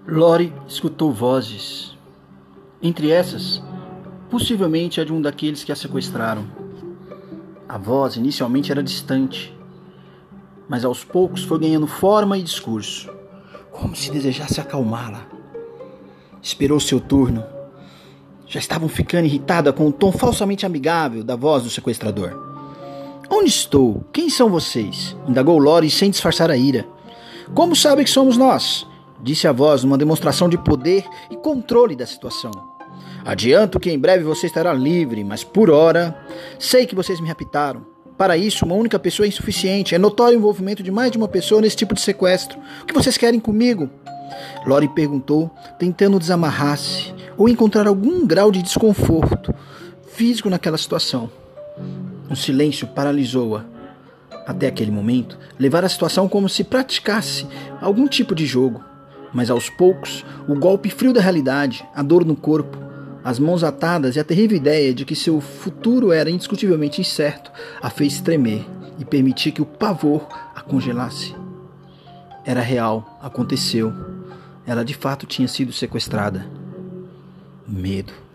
Lori escutou vozes. Entre essas, possivelmente a de um daqueles que a sequestraram. A voz inicialmente era distante, mas aos poucos foi ganhando forma e discurso, como se desejasse acalmá-la. Esperou seu turno. Já estavam ficando irritada com o tom falsamente amigável da voz do sequestrador. "Onde estou? Quem são vocês?" indagou Lori sem disfarçar a ira. "Como sabe que somos nós?" disse a voz numa demonstração de poder e controle da situação. "Adianto que em breve você estará livre, mas por hora sei que vocês me raptaram. Para isso, uma única pessoa é insuficiente. É notório o envolvimento de mais de uma pessoa nesse tipo de sequestro. O que vocês querem comigo?" Lori perguntou, tentando desamarrar-se ou encontrar algum grau de desconforto físico naquela situação. O silêncio paralisou-a. Até aquele momento, levara a situação como se praticasse algum tipo de jogo. Mas aos poucos, o golpe frio da realidade, a dor no corpo, as mãos atadas e a terrível ideia de que seu futuro era indiscutivelmente incerto a fez tremer e permitir que o pavor a congelasse. Era real, aconteceu. Ela de fato tinha sido sequestrada. Medo.